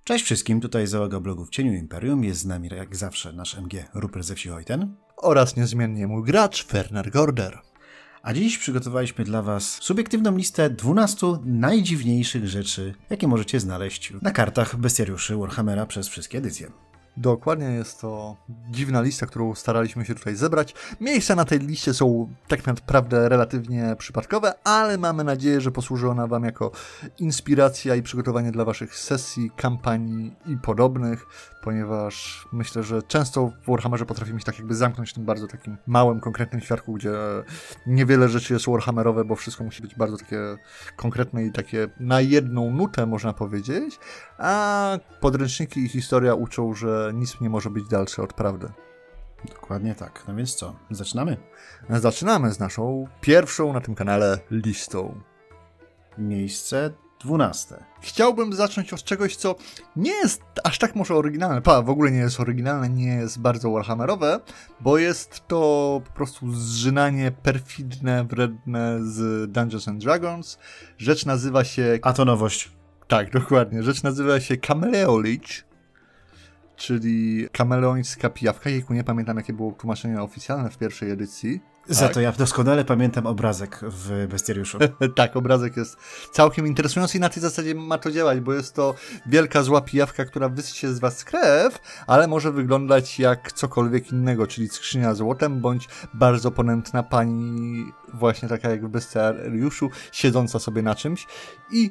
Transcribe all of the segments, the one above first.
Cześć wszystkim, tutaj załoga blogu w Cieniu Imperium, jest z nami jak zawsze nasz MG Rupert ze wsi Hojten oraz niezmiennie mój gracz Werner Gorder. A dziś przygotowaliśmy dla Was subiektywną listę 12 najdziwniejszych rzeczy, jakie możecie znaleźć na kartach bestiariuszy Warhammera przez wszystkie edycje. Dokładnie, jest to dziwna lista, którą staraliśmy się tutaj zebrać. Miejsca na tej liście są tak naprawdę relatywnie przypadkowe, ale mamy nadzieję, że posłuży ona Wam jako inspiracja i przygotowanie dla Waszych sesji, kampanii i podobnych, ponieważ myślę, że często w Warhammerze potrafimy się tak jakby zamknąć w tym bardzo takim małym, konkretnym świadku, gdzie niewiele rzeczy jest warhammerowe, bo wszystko musi być bardzo takie konkretne i takie na jedną nutę, można powiedzieć, a podręczniki i historia uczą, że nic nie może być dalsze od prawdy. Dokładnie tak. No więc co? Zaczynamy? Zaczynamy z naszą pierwszą na tym kanale listą. Miejsce 12. Chciałbym zacząć od czegoś, co nie jest aż tak może oryginalne. W ogóle nie jest oryginalne, nie jest bardzo warhammerowe, bo jest to po prostu zżynanie perfidne, wredne z Dungeons and Dragons. Rzecz nazywa się... A to nowość. Tak, dokładnie. Rzecz nazywa się Kameleolich, czyli kameleońska pijawka. Jejku, nie pamiętam, jakie było tłumaczenie oficjalne w pierwszej edycji. Za to ja doskonale pamiętam obrazek w bestiariuszu. Tak, obrazek jest całkiem interesujący i na tej zasadzie ma to działać, bo jest to wielka zła pijawka, która wysycie z was krew, ale może wyglądać jak cokolwiek innego, czyli skrzynia złotem, bądź bardzo ponętna pani, właśnie taka jak w bestiariuszu, siedząca sobie na czymś i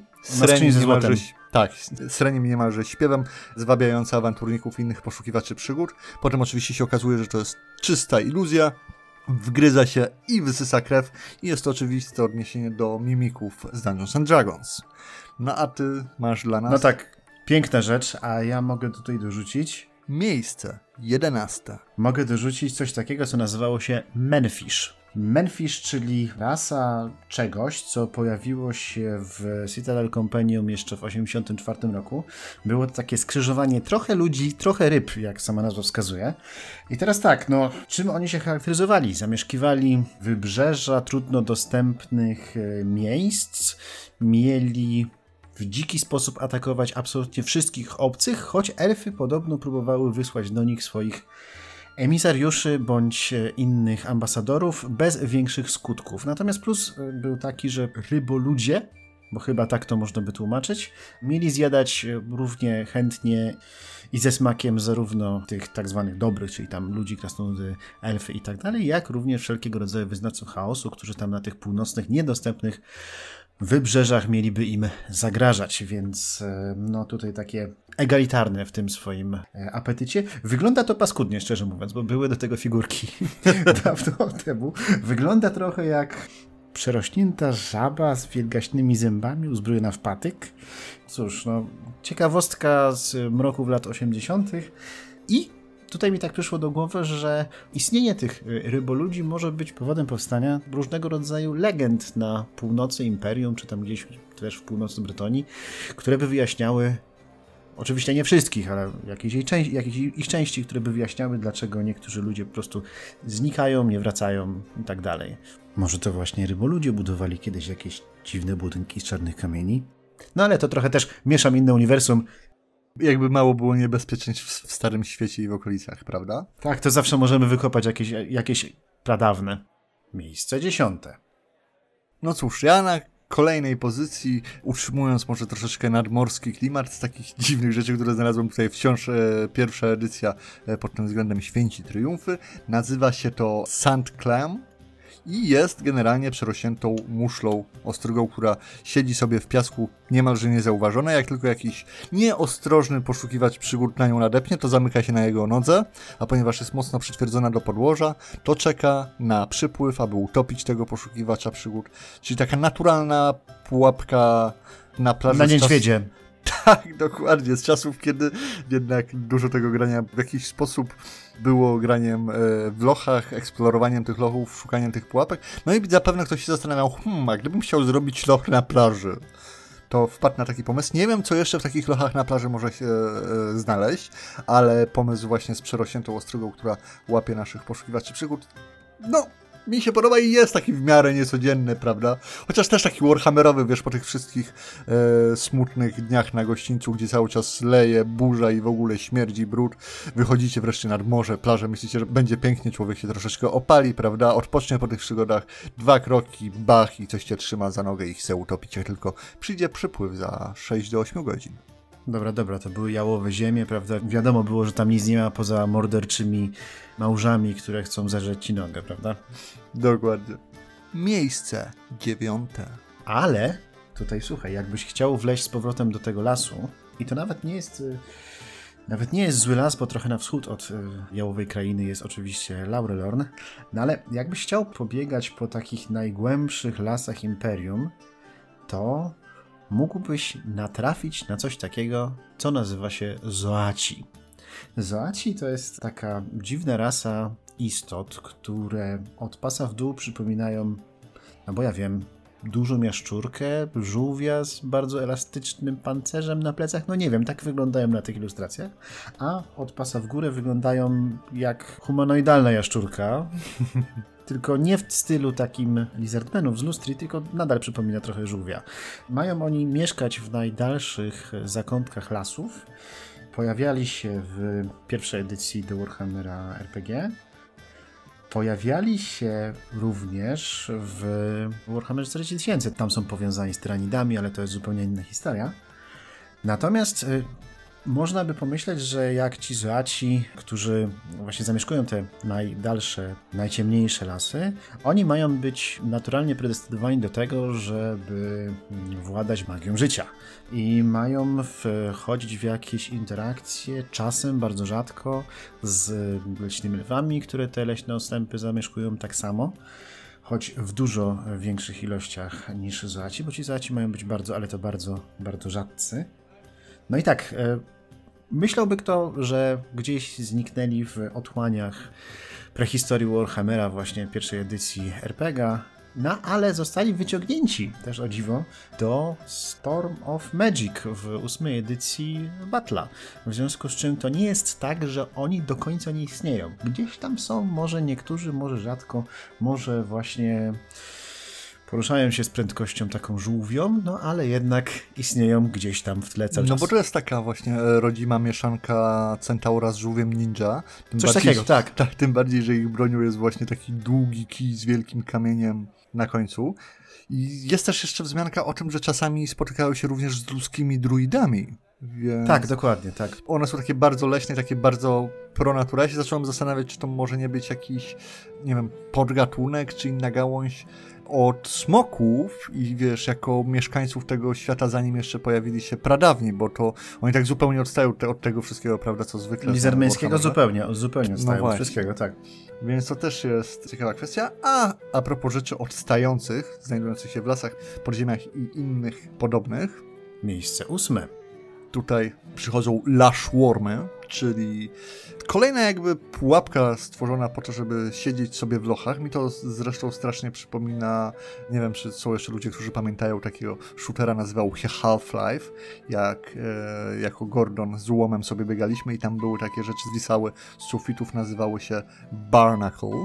sreniem niemalże śpiewem, zwabiająca awanturników i innych poszukiwaczy przygód. Potem oczywiście się okazuje, że to jest czysta iluzja, wgryza się i wysysa krew i jest to oczywiste odniesienie do mimików z Dungeons and Dragons. No a ty masz dla nas... No tak, piękna rzecz, a ja mogę tutaj dorzucić... Miejsce 11. Mogę dorzucić coś takiego, co nazywało się Menfish. Menfish, czyli rasa czegoś, co pojawiło się w Citadel Compendium jeszcze w 1984 roku. Było to takie skrzyżowanie trochę ludzi, trochę ryb, jak sama nazwa wskazuje. I teraz tak, no, czym oni się charakteryzowali? Zamieszkiwali wybrzeża trudno dostępnych miejsc, mieli w dziki sposób atakować absolutnie wszystkich obcych, choć elfy podobno próbowały wysłać do nich swoich emisariuszy bądź innych ambasadorów bez większych skutków. Natomiast plus był taki, że ryboludzie, bo chyba tak to można by tłumaczyć, mieli zjadać równie chętnie i ze smakiem zarówno tych tak zwanych dobrych, czyli tam ludzi, krasnoludy, elfy i tak dalej, jak również wszelkiego rodzaju wyznawców chaosu, którzy tam na tych północnych, niedostępnych wybrzeżach mieliby im zagrażać, więc no tutaj takie egalitarne w tym swoim apetycie. Wygląda to paskudnie, szczerze mówiąc, bo były do tego figurki dawno temu. Wygląda trochę jak przerośnięta żaba z wielgaśnymi zębami uzbrojona w patyk. Cóż, no ciekawostka z mroków lat 80. I tutaj mi tak przyszło do głowy, że istnienie tych ryboludzi może być powodem powstania różnego rodzaju legend na północy Imperium, czy tam gdzieś też w północy Bretonii, które by wyjaśniały, oczywiście nie wszystkich, ale jakieś ich części, które by wyjaśniały, dlaczego niektórzy ludzie po prostu znikają, nie wracają i tak dalej. Może to właśnie ryboludzie budowali kiedyś jakieś dziwne budynki z czarnych kamieni? No ale to trochę też mieszam inne uniwersum. Jakby mało było niebezpieczeństw w Starym Świecie i w okolicach, prawda? Tak, to zawsze możemy wykopać jakieś pradawne. Miejsce 10. No cóż, ja na kolejnej pozycji, utrzymując może troszeczkę nadmorski klimat z takich dziwnych rzeczy, które znalazłem tutaj wciąż pierwsza edycja pod tym względem Święci Triumfy, nazywa się to Sand Clam i jest generalnie przerośniętą muszlą ostrogą, która siedzi sobie w piasku niemalże niezauważona. Jak tylko jakiś nieostrożny poszukiwacz przygód na nią nadepnie, to zamyka się na jego nodze, a ponieważ jest mocno przytwierdzona do podłoża, to czeka na przypływ, aby utopić tego poszukiwacza przygód. Czyli taka naturalna pułapka na plaży. Na niedźwiedzie. Tak, dokładnie. Z czasów, kiedy jednak dużo tego grania w jakiś sposób było graniem w lochach, eksplorowaniem tych lochów, szukaniem tych pułapek. No i zapewne ktoś się zastanawiał, a gdybym chciał zrobić loch na plaży, to wpadł na taki pomysł. Nie wiem, co jeszcze w takich lochach na plaży może się znaleźć, ale pomysł właśnie z przerośniętą ostrogą, która łapie naszych poszukiwaczy przygód, no, mi się podoba i jest taki w miarę niecodzienny, prawda? Chociaż też taki warhammerowy, wiesz, po tych wszystkich smutnych dniach na gościńcu, gdzie cały czas leje, burza i w ogóle śmierdzi, brud. Wychodzicie wreszcie nad morze, plażę, myślicie, że będzie pięknie, człowiek się troszeczkę opali, prawda? Odpocznie po tych przygodach, 2 kroki, bach i coś cię trzyma za nogę i chce utopić, jak tylko przyjdzie przypływ za 6 do 8 godzin. Dobra, to były jałowe ziemie, prawda? Wiadomo było, że tam nic nie ma poza morderczymi małżami, które chcą zeżreć ci nogę, prawda? Dokładnie. Miejsce 9. Ale tutaj słuchaj, jakbyś chciał wleźć z powrotem do tego lasu, i to nawet nie jest zły las, bo trochę na wschód od jałowej krainy jest oczywiście Laurelorn, no ale jakbyś chciał pobiegać po takich najgłębszych lasach Imperium, to mógłbyś natrafić na coś takiego, co nazywa się Zoaci. Zoaci to jest taka dziwna rasa istot, które od pasa w dół przypominają, no bo ja wiem, dużą jaszczurkę, żółwia z bardzo elastycznym pancerzem na plecach, no nie wiem, tak wyglądają na tych ilustracjach, a od pasa w górę wyglądają jak humanoidalna jaszczurka, tylko nie w stylu takim Lizardmenów z Lustri, tylko nadal przypomina trochę żółwia. Mają oni mieszkać w najdalszych zakątkach lasów. Pojawiali się w pierwszej edycji do Warhammera RPG. Pojawiali się również w Warhammerze 40 000. Tam są powiązani z tyranidami, ale to jest zupełnie inna historia. Natomiast można by pomyśleć, że jak ci Zoaci, którzy właśnie zamieszkują te najdalsze, najciemniejsze lasy, oni mają być naturalnie predestynowani do tego, żeby władać magią życia. I mają wchodzić w jakieś interakcje, czasem, bardzo rzadko, z leśnymi lwami, które te leśne ostępy zamieszkują tak samo, choć w dużo większych ilościach niż Zoaci, bo ci Zoaci mają być bardzo, ale to bardzo, bardzo rzadcy. No i tak, myślałby kto, że gdzieś zniknęli w otchłaniach prehistorii Warhammera, właśnie pierwszej edycji RPGa, no ale zostali wyciągnięci, też o dziwo, do Storm of Magic w 8 edycji Battle'a. W związku z czym to nie jest tak, że oni do końca nie istnieją. Gdzieś tam są, może niektórzy, może rzadko, może właśnie poruszają się z prędkością taką żółwią, no ale jednak istnieją gdzieś tam w tle cały czas. No bo to jest taka właśnie rodzima mieszanka centaura z żółwiem ninja. Coś takiego, tak. Tym bardziej, że ich bronią jest właśnie taki długi kij z wielkim kamieniem na końcu. I jest też jeszcze wzmianka o tym, że czasami spotykają się również z ludzkimi druidami. Więc tak, dokładnie, tak. One są takie bardzo leśne, takie bardzo pro natura. Ja się zacząłem zastanawiać, czy to może nie być jakiś, nie wiem, podgatunek, czy inna gałąź od smoków i wiesz, jako mieszkańców tego świata, zanim jeszcze pojawili się pradawni, bo to oni tak zupełnie odstają od tego wszystkiego, prawda, co zwykle. Lizardmeńskiego zupełnie odstają no od wszystkiego, tak. Więc to też jest ciekawa kwestia. A propos rzeczy odstających, znajdujących się w lasach, podziemiach i innych podobnych. Miejsce 8. Tutaj przychodzą lashwormy, czyli kolejna jakby pułapka stworzona po to, żeby siedzieć sobie w lochach. Mi to zresztą strasznie przypomina, nie wiem, czy są jeszcze ludzie, którzy pamiętają takiego shootera, nazywał się Half-Life, jak jako Gordon z łomem sobie biegaliśmy i tam były takie rzeczy zwisały z sufitów, nazywały się Barnacle,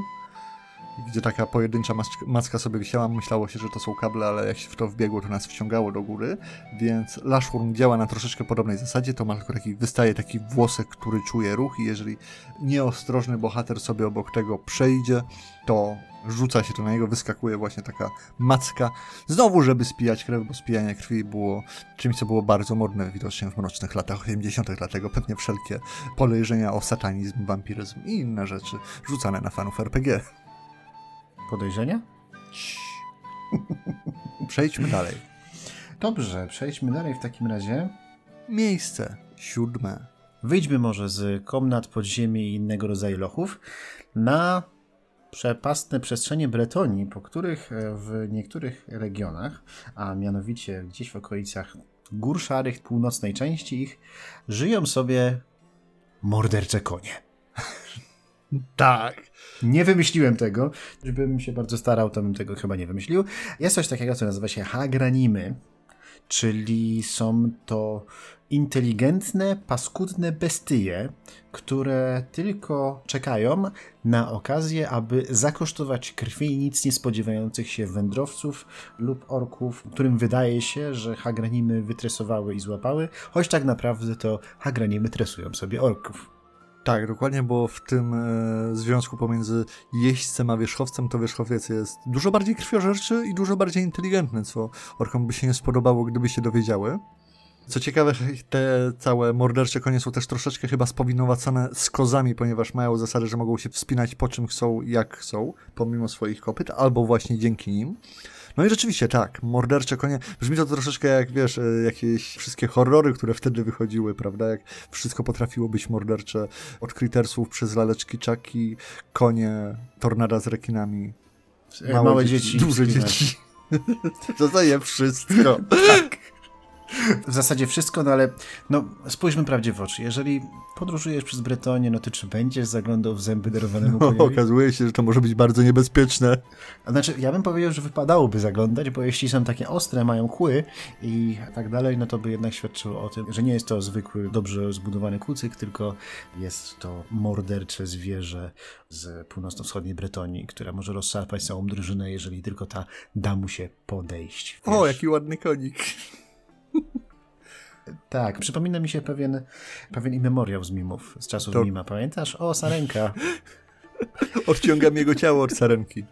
gdzie taka pojedyncza macka sobie wisiała, myślało się, że to są kable, ale jak się w to wbiegło, to nas wciągało do góry, więc Lashworm działa na troszeczkę podobnej zasadzie, to ma tylko wystaje taki włosek, który czuje ruch i jeżeli nieostrożny bohater sobie obok tego przejdzie, to rzuca się to na niego, wyskakuje właśnie taka macka, znowu żeby spijać krew, bo spijanie krwi było czymś, co było bardzo modne widocznie w mrocznych latach 80., dlatego pewnie wszelkie podejrzenia o satanizm, wampiryzm i inne rzeczy rzucane na fanów RPG. Podejrzenia? Przejdźmy dalej. Dobrze, przejdźmy dalej w takim razie. Miejsce 7. Wyjdźmy może z komnat, podziemi i innego rodzaju lochów na przepastne przestrzenie Bretonii, po których w niektórych regionach, a mianowicie gdzieś w okolicach Gór Szarych, północnej części ich, żyją sobie mordercze konie. Tak. Nie wymyśliłem tego. Gdybym się bardzo starał, to bym tego chyba nie wymyślił. Jest coś takiego, co nazywa się hagranimy, czyli są to inteligentne, paskudne bestie, które tylko czekają na okazję, aby zakosztować krwi nic nie spodziewających się wędrowców lub orków, którym wydaje się, że hagranimy wytresowały i złapały, choć tak naprawdę to hagranimy tresują sobie orków. Tak, dokładnie, bo w tym związku pomiędzy jeźdźcem a wierzchowcem to wierzchowiec jest dużo bardziej krwiożerczy i dużo bardziej inteligentny, co orkom by się nie spodobało, gdyby się dowiedziały. Co ciekawe, te całe mordercze konie są też troszeczkę chyba spowinowacone z kozami, ponieważ mają zasadę, że mogą się wspinać po czym chcą, jak chcą, pomimo swoich kopyt, albo właśnie dzięki nim. No i rzeczywiście tak, mordercze konie, brzmi to troszeczkę jak, wiesz, jakieś wszystkie horrory, które wtedy wychodziły, prawda, jak wszystko potrafiło być mordercze, od Crittersów przez laleczki czaki, konie, tornada z rekinami, Małe dzieci duże dzieci. To zaje wszystko. Tak. W zasadzie wszystko, no ale no, spójrzmy prawdzie w oczy. Jeżeli podróżujesz przez Bretonię, no to czy będziesz zaglądał w zęby darowanemu koniowi? Okazuje się, że to może być bardzo niebezpieczne. A znaczy, ja bym powiedział, że wypadałoby zaglądać, bo jeśli są takie ostre, mają kły i tak dalej, no to by jednak świadczyło o tym, że nie jest to zwykły, dobrze zbudowany kucyk, tylko jest to mordercze zwierzę z północno-wschodniej Bretonii, która może rozszarpać całą drużynę, jeżeli tylko ta da mu się podejść. Wiesz? O, jaki ładny konik. Tak, przypomina mi się pewien immemoriał z mimów, z czasów mima. Pamiętasz? O, sarenka. Odciągam jego ciało od sarenki.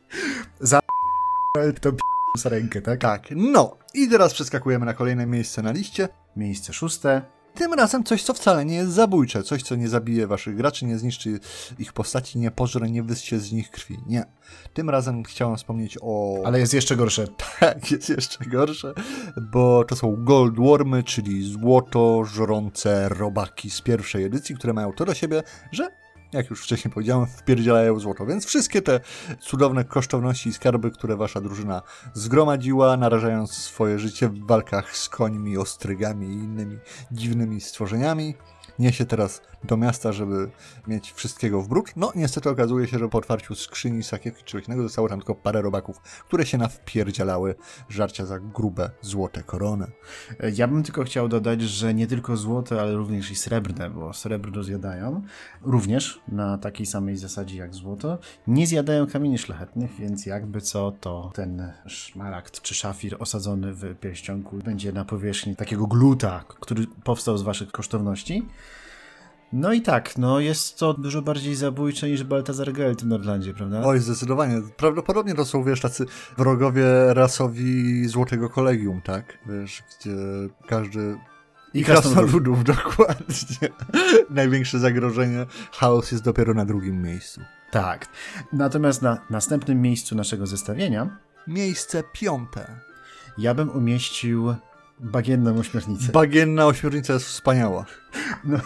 To sarenkę, tak? Tak, no. I teraz przeskakujemy na kolejne miejsce na liście. Miejsce 6. Tym razem coś, co wcale nie jest zabójcze. Coś, co nie zabije waszych graczy, nie zniszczy ich postaci, nie pożre, nie wyssie z nich krwi. Nie. Tym razem chciałem wspomnieć o... Ale jest jeszcze gorsze. Tak, jest jeszcze gorsze, bo to są Goldwormy, czyli złoto żrące robaki z pierwszej edycji, które mają to do siebie, że, jak już wcześniej powiedziałem, wpierdzielają złoto. Więc wszystkie te cudowne kosztowności i skarby, które wasza drużyna zgromadziła, narażając swoje życie w walkach z końmi, ostrygami i innymi dziwnymi stworzeniami, niesie teraz do miasta, żeby mieć wszystkiego w bród. No, niestety okazuje się, że po otwarciu skrzyni, sakiewki czy czegoś innego zostało tam tylko parę robaków, które się nawpierdzielały żarcia za grube, złote korony. Ja bym tylko chciał dodać, że nie tylko złote, ale również i srebrne, bo srebrno zjadają. Również na takiej samej zasadzie jak złoto. Nie zjadają kamieni szlachetnych, więc jakby co, to ten szmaragd czy szafir osadzony w pierścionku będzie na powierzchni takiego gluta, który powstał z waszych kosztowności. No i tak, no jest to dużo bardziej zabójcze niż Baltazar Gelt w Nordlandzie, prawda? Oj, zdecydowanie. Prawdopodobnie to są, wiesz, tacy wrogowie rasowi Złotego Kolegium, tak? Wiesz, gdzie każdy... I krasnoludów, dokładnie. Największe zagrożenie, chaos jest dopiero na drugim miejscu. Tak. Natomiast na następnym miejscu naszego zestawienia... Miejsce 5. Ja bym umieścił bagienną ośmiornicę. Bagienna ośmiornica jest wspaniała. No,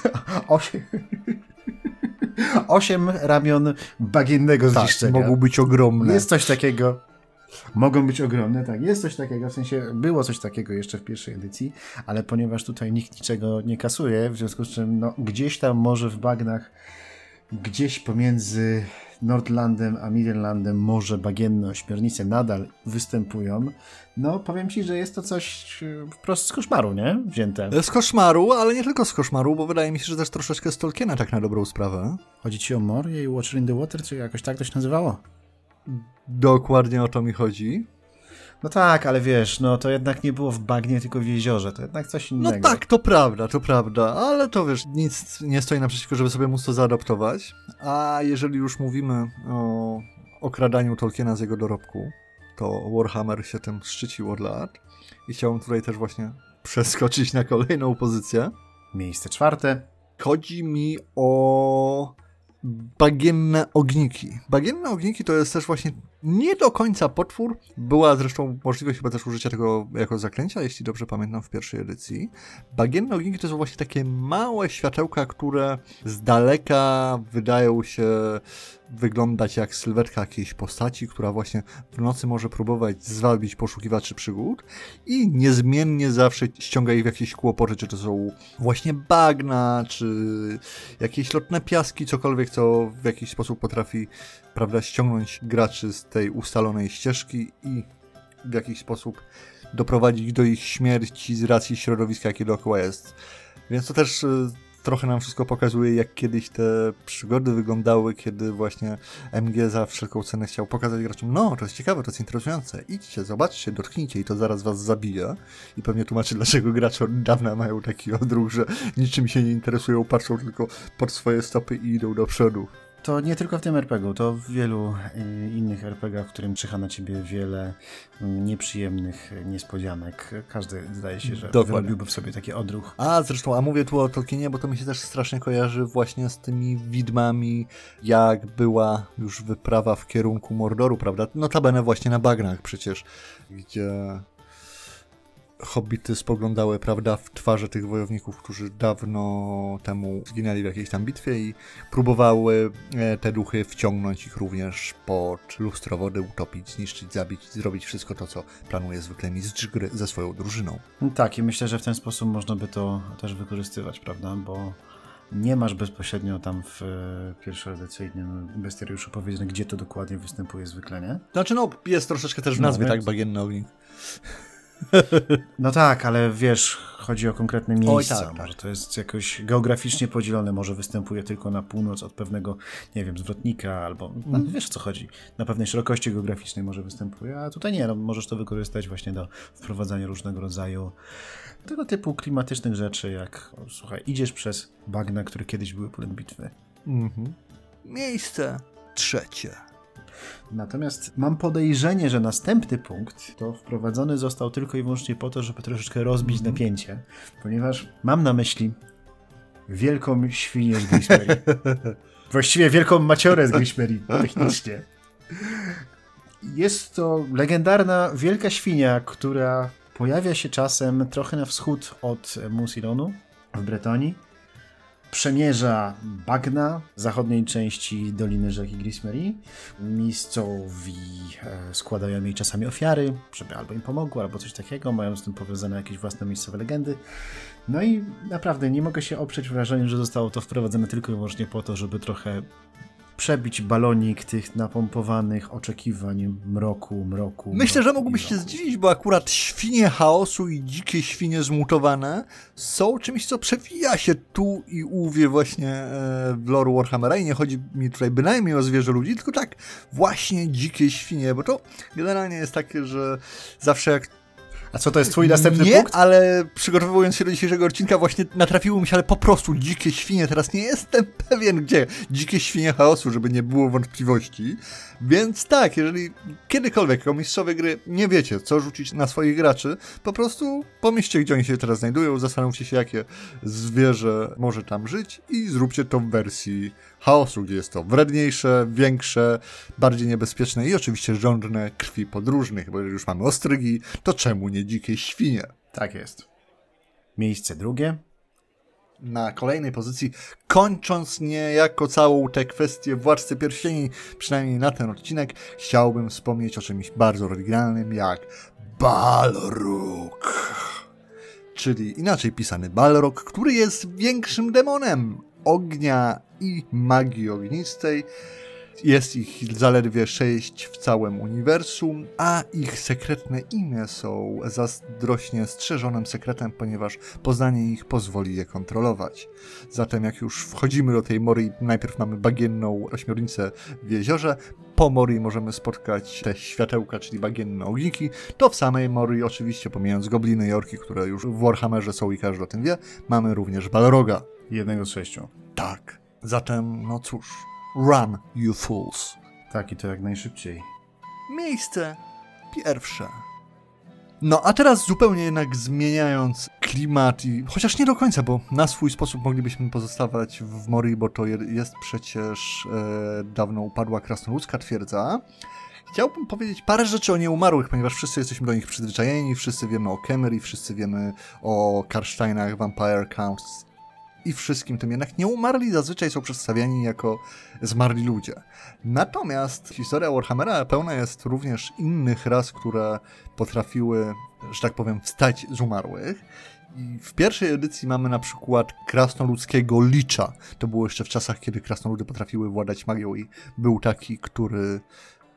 8 ramion bagiennego zniszczenia. Tak, mogą być ogromne. Jest coś takiego. Mogą być ogromne, tak. Jest coś takiego, w sensie było coś takiego jeszcze w pierwszej edycji, ale ponieważ tutaj nikt niczego nie kasuje, w związku z czym no, gdzieś tam może w bagnach, gdzieś pomiędzy Nordlandem a Midlandem może bagienne ośmiornice nadal występują. No, powiem ci, że jest to coś wprost z koszmaru, nie? Wzięte. Z koszmaru, ale nie tylko z koszmaru, bo wydaje mi się, że też troszeczkę z Tolkiena, tak na dobrą sprawę. Chodzi ci o Morię i Watcher in the Water, czy jakoś tak to się nazywało? Dokładnie o to mi chodzi. No tak, ale wiesz, no to jednak nie było w bagnie, tylko w jeziorze, to jednak coś innego. No tak, to prawda, ale to wiesz, nic nie stoi naprzeciwko, żeby sobie móc to zaadaptować. A jeżeli już mówimy o okradaniu Tolkiena z jego dorobku, to Warhammer się tym szczycił od lat i chciałem tutaj też właśnie przeskoczyć na kolejną pozycję. Miejsce 4. Chodzi mi o bagienne ogniki. Bagienne ogniki to jest też właśnie nie do końca potwór. Była zresztą możliwość chyba też użycia tego jako zaklęcia, jeśli dobrze pamiętam, w pierwszej edycji. Bagienne ogniki to są właśnie takie małe światełka, które z daleka wydają się wyglądać jak sylwetka jakiejś postaci, która właśnie w nocy może próbować zwabić poszukiwaczy przygód i niezmiennie zawsze ściąga ich w jakieś kłopoty, czy to są właśnie bagna, czy jakieś lotne piaski, cokolwiek, co w jakiś sposób potrafi, prawda, ściągnąć graczy z tej ustalonej ścieżki i w jakiś sposób doprowadzić do ich śmierci z racji środowiska, jakie dookoła jest. Więc to też trochę nam wszystko pokazuje, jak kiedyś te przygody wyglądały, kiedy właśnie MG za wszelką cenę chciał pokazać graczom, no, to jest ciekawe, to jest interesujące, idźcie, zobaczcie, dotknijcie i to zaraz was zabije. I pewnie tłumaczy, dlaczego gracze od dawna mają taki odruch, że niczym się nie interesują, patrzą tylko pod swoje stopy i idą do przodu. To nie tylko w tym RPG-u, to w wielu innych RPG-ach, w którym czyha na ciebie wiele nieprzyjemnych niespodzianek. Każdy zdaje się, że wyrobiłby w sobie taki odruch. A mówię tu o Tolkienie, bo to mi się też strasznie kojarzy właśnie z tymi widmami, jak była już wyprawa w kierunku Mordoru, prawda? Notabene właśnie na bagnach przecież, gdzie hobbity spoglądały, prawda, w twarze tych wojowników, którzy dawno temu zginęli w jakiejś tam bitwie i próbowały te duchy wciągnąć ich również pod lustro wody, utopić, zniszczyć, zabić, zrobić wszystko to, co planuje zwykle mistrz gry ze swoją drużyną. Tak, i myślę, że w ten sposób można by to też wykorzystywać, prawda, bo nie masz bezpośrednio tam w pierwszoedycyjnym bestiariuszu powiedziane, gdzie to dokładnie występuje zwykle, nie? Znaczy, no, jest troszeczkę też w nazwie, tak, bagienny ognik. No tak, ale wiesz, chodzi o konkretne miejsca. Tak. Może to jest jakoś geograficznie podzielone, może występuje tylko na północ od pewnego, nie wiem, zwrotnika, albo wiesz o co chodzi. Na pewnej szerokości geograficznej może występuje, a tutaj nie, no, możesz to wykorzystać właśnie do wprowadzania różnego rodzaju tego typu klimatycznych rzeczy, jak, słuchaj, idziesz przez bagna, które kiedyś były polem bitwy. Miejsce trzecie. Natomiast mam podejrzenie, że następny punkt to wprowadzony został tylko i wyłącznie po to, żeby troszeczkę rozbić napięcie, ponieważ mam na myśli wielką świnię z Grismerii. Właściwie wielką maciorę z Grismerii, technicznie. Jest to legendarna wielka świnia, która pojawia się czasem trochę na wschód od Musilonu w Bretonii. Przemierza bagna zachodniej części Doliny Rzeki Grismerii. Miejscowi składają jej czasami ofiary, żeby albo im pomogło, albo coś takiego. Mają z tym powiązane jakieś własne miejscowe legendy. No i naprawdę nie mogę się oprzeć wrażeniu, że zostało to wprowadzone tylko i wyłącznie po to, żeby trochę przebić balonik tych napompowanych oczekiwań mroku. Myślę, że mógłbyś się zdziwić, bo akurat świnie chaosu i dzikie świnie zmutowane są czymś, co przewija się tu i ówdzie właśnie w lore Warhammera i nie chodzi mi tutaj bynajmniej o zwierzę ludzi, tylko tak właśnie dzikie świnie, bo to generalnie jest takie, że zawsze jak A co to jest twój następny nie, punkt? ale przygotowując się do dzisiejszego odcinka właśnie natrafiło mi się, ale po prostu dzikie świnie. Teraz nie jestem pewien gdzie. Dzikie świnie chaosu, żeby nie było wątpliwości. Więc tak, jeżeli kiedykolwiek jako mistrzowie gry nie wiecie, co rzucić na swoich graczy, po prostu pomyślcie, gdzie oni się teraz znajdują, zastanówcie się, jakie zwierzę może tam żyć i zróbcie to w wersji chaosu, gdzie jest to wredniejsze, większe, bardziej niebezpieczne i oczywiście żądne krwi podróżnych, bo jeżeli już mamy ostrygi, to czemu nie dzikie świnie? Tak jest. Miejsce drugie. Na kolejnej pozycji, kończąc niejako całą tę kwestię Władcy Pierścieni, przynajmniej na ten odcinek, chciałbym wspomnieć o czymś bardzo oryginalnym, jak Balrog. Czyli inaczej pisany Balrog, który jest większym demonem ognia i magii ognistej. Jest ich zaledwie 6 w całym uniwersum, a ich sekretne imię są zazdrośnie strzeżonym sekretem, ponieważ poznanie ich pozwoli je kontrolować. Zatem jak już wchodzimy do tej Morii, najpierw mamy bagienną ośmiornicę w jeziorze, po Morii możemy spotkać te światełka, czyli bagienne ogniki, to w samej Morii, oczywiście pomijając gobliny i orki, które już w Warhammerze są i każdy o tym wie, mamy również Balroga. Jednego z 6. Tak. Zatem, no cóż, run, you fools. Tak, i to jak najszybciej. Miejsce pierwsze. No, a teraz zupełnie jednak zmieniając klimat i... Chociaż nie do końca, bo na swój sposób moglibyśmy pozostawać w Morii, bo to jest przecież dawno upadła krasnoludzka twierdza. Chciałbym powiedzieć parę rzeczy o nieumarłych, ponieważ wszyscy jesteśmy do nich przyzwyczajeni, wszyscy wiemy o Kemerii, wszyscy wiemy o Karsteinach, Vampire Counts i wszystkim tym, jednak nieumarli zazwyczaj są przedstawiani jako zmarli ludzie. Natomiast historia Warhammera pełna jest również innych ras, które potrafiły, że tak powiem, wstać z umarłych. I w pierwszej edycji mamy na przykład krasnoludzkiego licza. To było jeszcze w czasach, kiedy krasnoludy potrafiły władać magią i był taki, który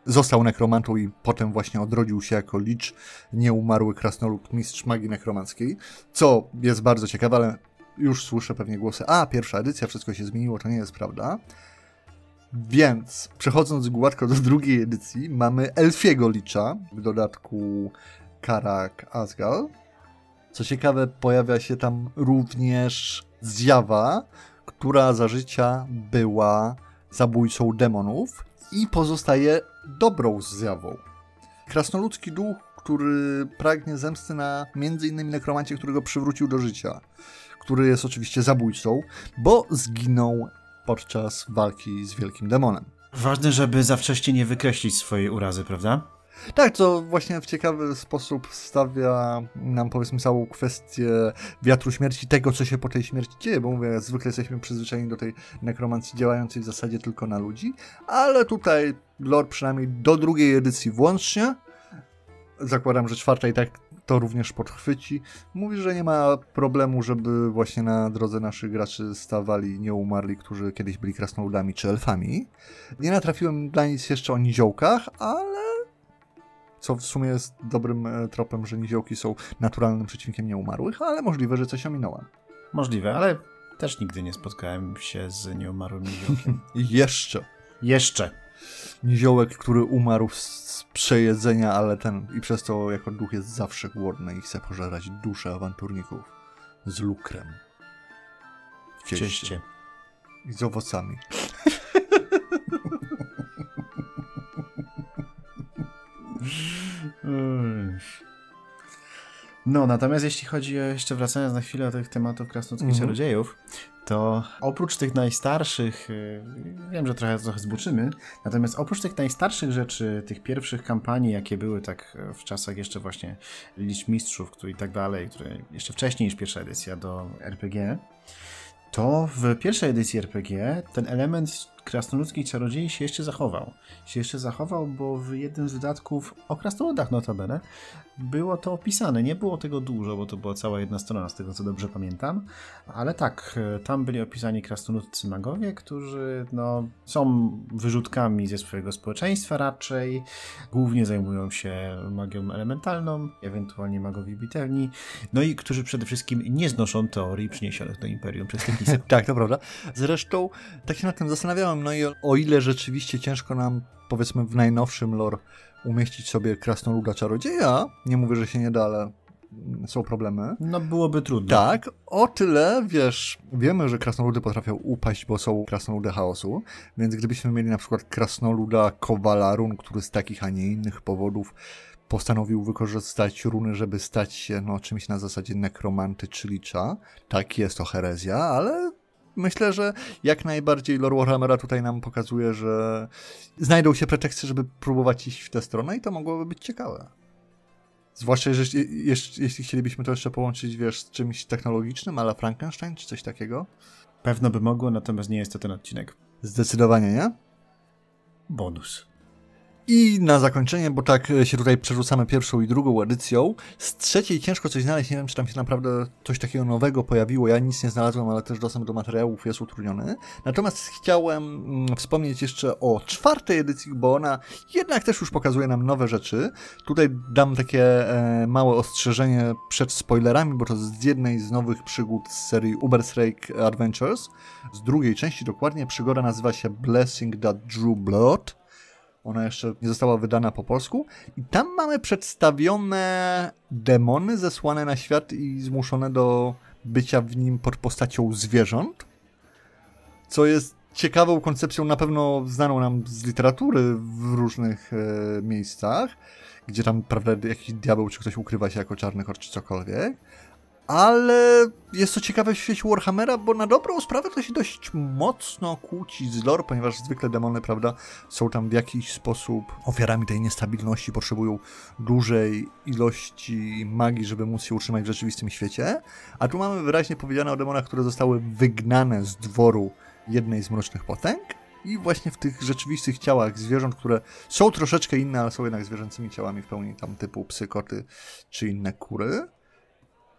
został nekromantą i potem właśnie odrodził się jako licz, nieumarły krasnolud, mistrz magii nekromanckiej, co jest bardzo ciekawe, ale już słyszę pewnie głosy, pierwsza edycja, wszystko się zmieniło, to nie jest prawda. Więc przechodząc gładko do drugiej edycji, mamy elfiego licza, w dodatku Karak Azgal. Co ciekawe, pojawia się tam również zjawa, która za życia była zabójcą demonów i pozostaje dobrą zjawą. Krasnoludzki duch, który pragnie zemsty na m.in. nekromancie, którego przywrócił do życia, który jest oczywiście zabójcą, bo zginął podczas walki z wielkim demonem. Ważne, żeby za wcześnie nie wykreślić swojej urazy, prawda? Tak, to właśnie w ciekawy sposób stawia nam, powiedzmy, całą kwestię wiatru śmierci, tego, co się po tej śmierci dzieje, bo mówię, zwykle jesteśmy przyzwyczajeni do tej nekromancji działającej w zasadzie tylko na ludzi, ale tutaj lore, przynajmniej do drugiej edycji włącznie, zakładam, że czwarta i tak to również podchwyci, mówi, że nie ma problemu, żeby właśnie na drodze naszych graczy stawali nieumarli, którzy kiedyś byli krasnoludami czy elfami. Nie natrafiłem dla nic jeszcze o niziołkach, ale co w sumie jest dobrym tropem, że niziołki są naturalnym przeciwnikiem nieumarłych, ale możliwe, że coś ominąłem. Możliwe, ale też nigdy nie spotkałem się z nieumarłym niziołkiem. Jeszcze. Niziołek, który umarł z przejedzenia, ale i przez to jako duch jest zawsze głodny i chce pożerać duszę awanturników z lukrem. W cieście. I z owocami. No, natomiast jeśli chodzi o, jeszcze wracając na chwilę do tych tematów krasnoludzkich czarodziejów, to oprócz tych najstarszych, wiem, że trochę zboczymy, natomiast oprócz tych najstarszych rzeczy, tych pierwszych kampanii, jakie były tak w czasach jeszcze właśnie Liczmistrzów, i tak dalej, które jeszcze wcześniej niż pierwsza edycja do RPG, to w pierwszej edycji RPG ten element krasnoludzkich czarodziei się jeszcze zachował. Bo w jednym z dodatków o krasnoludach notabene było to opisane. Nie było tego dużo, bo to była cała jedna strona, z tego co dobrze pamiętam. Ale tak, tam byli opisani krasnoludcy magowie, którzy są wyrzutkami ze swojego społeczeństwa raczej. Głównie zajmują się magią elementalną, ewentualnie magowie bitewni. No i którzy przede wszystkim nie znoszą teorii przyniesionych do Imperium przez Technisę. Tak, to prawda. Zresztą tak się nad tym zastanawiałem, i o ile rzeczywiście ciężko nam, powiedzmy, w najnowszym lore umieścić sobie krasnoluda czarodzieja, nie mówię, że się nie da, ale są problemy. No byłoby trudno. Tak, o tyle, wiemy, że krasnoludy potrafią upaść, bo są krasnoludy chaosu, więc gdybyśmy mieli na przykład krasnoluda Kowala Run, który z takich, a nie innych powodów postanowił wykorzystać runy, żeby stać się czymś na zasadzie nekromanty czy licza, tak, jest to herezja, ale myślę, że jak najbardziej lore Warhammera tutaj nam pokazuje, że znajdą się preteksty, żeby próbować iść w tę stronę i to mogłoby być ciekawe. Zwłaszcza, jeśli chcielibyśmy to jeszcze połączyć, z czymś technologicznym, a la Frankenstein, czy coś takiego. Pewno by mogło, natomiast nie jest to ten odcinek. Zdecydowanie, nie? Bonus. I na zakończenie, bo tak się tutaj przerzucamy pierwszą i drugą edycją, z trzeciej ciężko coś znaleźć, nie wiem, czy tam się naprawdę coś takiego nowego pojawiło, ja nic nie znalazłem, ale też dostęp do materiałów jest utrudniony. Natomiast chciałem wspomnieć jeszcze o czwartej edycji, bo ona jednak też już pokazuje nam nowe rzeczy. Tutaj dam takie małe ostrzeżenie przed spoilerami, bo to z jednej z nowych przygód z serii Ubersreik Adventures, z drugiej części dokładnie. Przygoda nazywa się Blessing That Drew Blood. Ona jeszcze nie została wydana po polsku. I tam mamy przedstawione demony zesłane na świat i zmuszone do bycia w nim pod postacią zwierząt. Co jest ciekawą koncepcją, na pewno znaną nam z literatury w różnych miejscach, gdzie tam, prawda, jakiś diabeł czy ktoś ukrywa się jako czarny kot czy cokolwiek. Ale jest to ciekawe w świecie Warhammera, bo na dobrą sprawę to się dość mocno kłóci z lore, ponieważ zwykle demony, prawda, są tam w jakiś sposób ofiarami tej niestabilności, potrzebują dużej ilości magii, żeby móc się utrzymać w rzeczywistym świecie. A tu mamy wyraźnie powiedziane o demonach, które zostały wygnane z dworu jednej z mrocznych potęg i właśnie w tych rzeczywistych ciałach zwierząt, które są troszeczkę inne, ale są jednak zwierzęcymi ciałami w pełni, tam typu psy, koty czy inne kury.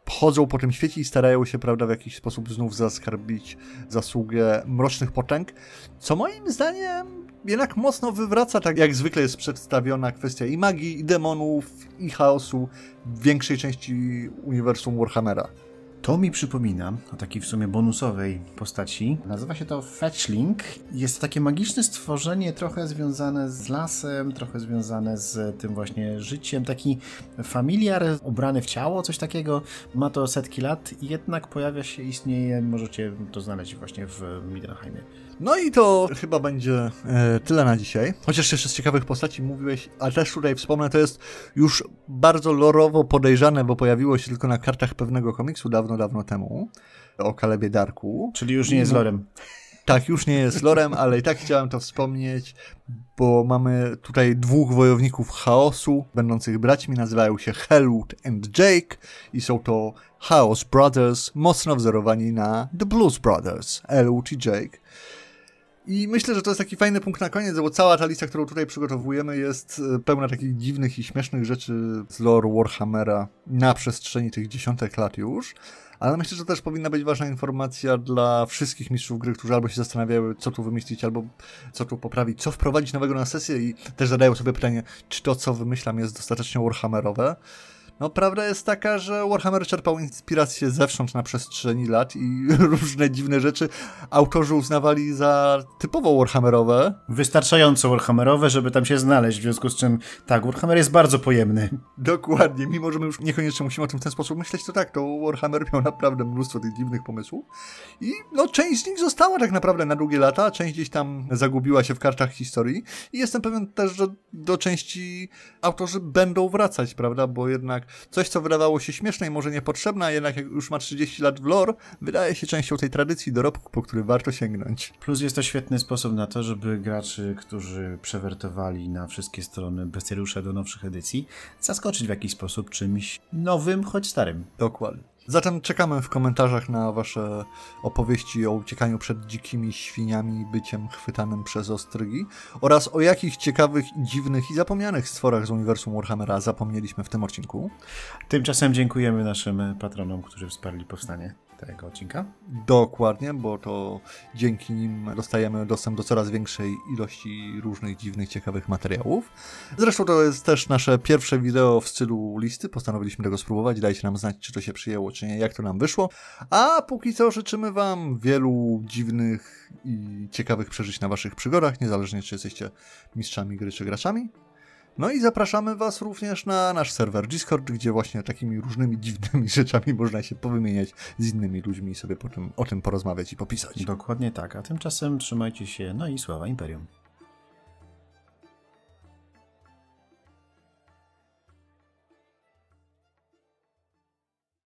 chodzą po tym świecie i starają się, prawda, w jakiś sposób znów zaskarbić zasługę Mrocznych Potęg, co moim zdaniem jednak mocno wywraca, tak jak zwykle jest przedstawiona kwestia i magii, i demonów, i chaosu w większej części uniwersum Warhammera. To mi przypomina o takiej w sumie bonusowej postaci. Nazywa się to Fetchling. Jest to takie magiczne stworzenie, trochę związane z lasem, trochę związane z tym właśnie życiem. Taki familiar ubrany w ciało, coś takiego. Ma to setki lat i jednak pojawia się, istnieje, możecie to znaleźć właśnie w Middenheimie. No i to chyba będzie tyle na dzisiaj. Chociaż jeszcze z ciekawych postaci mówiłeś, a też tutaj wspomnę, to jest już bardzo lorowo podejrzane, bo pojawiło się tylko na kartach pewnego komiksu dawno temu o Calebie Darku. Czyli już nie jest lorem. Tak, już nie jest lorem, ale i tak chciałem to wspomnieć, bo mamy tutaj dwóch wojowników chaosu, będących braćmi, nazywają się Helwood and Jake i są to Chaos Brothers, mocno wzorowani na The Blues Brothers, Helwood i Jake. I myślę, że to jest taki fajny punkt na koniec, bo cała ta lista, którą tutaj przygotowujemy, jest pełna takich dziwnych i śmiesznych rzeczy z lore Warhammera na przestrzeni tych dziesiątek lat już. Ale myślę, że to też powinna być ważna informacja dla wszystkich mistrzów gry, którzy albo się zastanawiały, co tu wymyślić, albo co tu poprawić, co wprowadzić nowego na sesję i też zadają sobie pytanie, czy to, co wymyślam, jest dostatecznie warhammerowe. No, prawda jest taka, że Warhammer czerpał inspirację zewsząd na przestrzeni lat i różne dziwne rzeczy autorzy uznawali za typowo warhammerowe. Wystarczająco warhammerowe, żeby tam się znaleźć, w związku z czym tak, Warhammer jest bardzo pojemny. Dokładnie, mimo że my już niekoniecznie musimy o tym w ten sposób myśleć, to tak, to Warhammer miał naprawdę mnóstwo tych dziwnych pomysłów i no część z nich została tak naprawdę na długie lata, część gdzieś tam zagubiła się w kartach historii i jestem pewien też, że do części autorzy będą wracać, prawda, bo jednak coś, co wydawało się śmieszne i może niepotrzebne, a jednak jak już ma 30 lat w lore, wydaje się częścią tej tradycji dorobku, po który warto sięgnąć. Plus jest to świetny sposób na to, żeby graczy, którzy przewertowali na wszystkie strony bestiariusze do nowszych edycji, zaskoczyć w jakiś sposób czymś nowym, choć starym. Dokładnie. Zatem czekamy w komentarzach na wasze opowieści o uciekaniu przed dzikimi świniami i byciem chwytanym przez ostrygi oraz o jakich ciekawych, dziwnych i zapomnianych stworach z uniwersum Warhammera zapomnieliśmy w tym odcinku. Tymczasem dziękujemy naszym patronom, którzy wsparli powstanie tego odcinka. Dokładnie, bo to dzięki nim dostajemy dostęp do coraz większej ilości różnych dziwnych, ciekawych materiałów. Zresztą to jest też nasze pierwsze wideo w stylu listy. Postanowiliśmy tego spróbować. Dajcie nam znać, czy to się przyjęło, czy nie, jak to nam wyszło. A póki co życzymy wam wielu dziwnych i ciekawych przeżyć na waszych przygodach, niezależnie czy jesteście mistrzami gry, czy graczami. No i zapraszamy was również na nasz serwer Discord, gdzie właśnie takimi różnymi dziwnymi rzeczami można się powymieniać z innymi ludźmi i sobie o tym porozmawiać i popisać. Dokładnie tak, a tymczasem trzymajcie się, no i sława Imperium.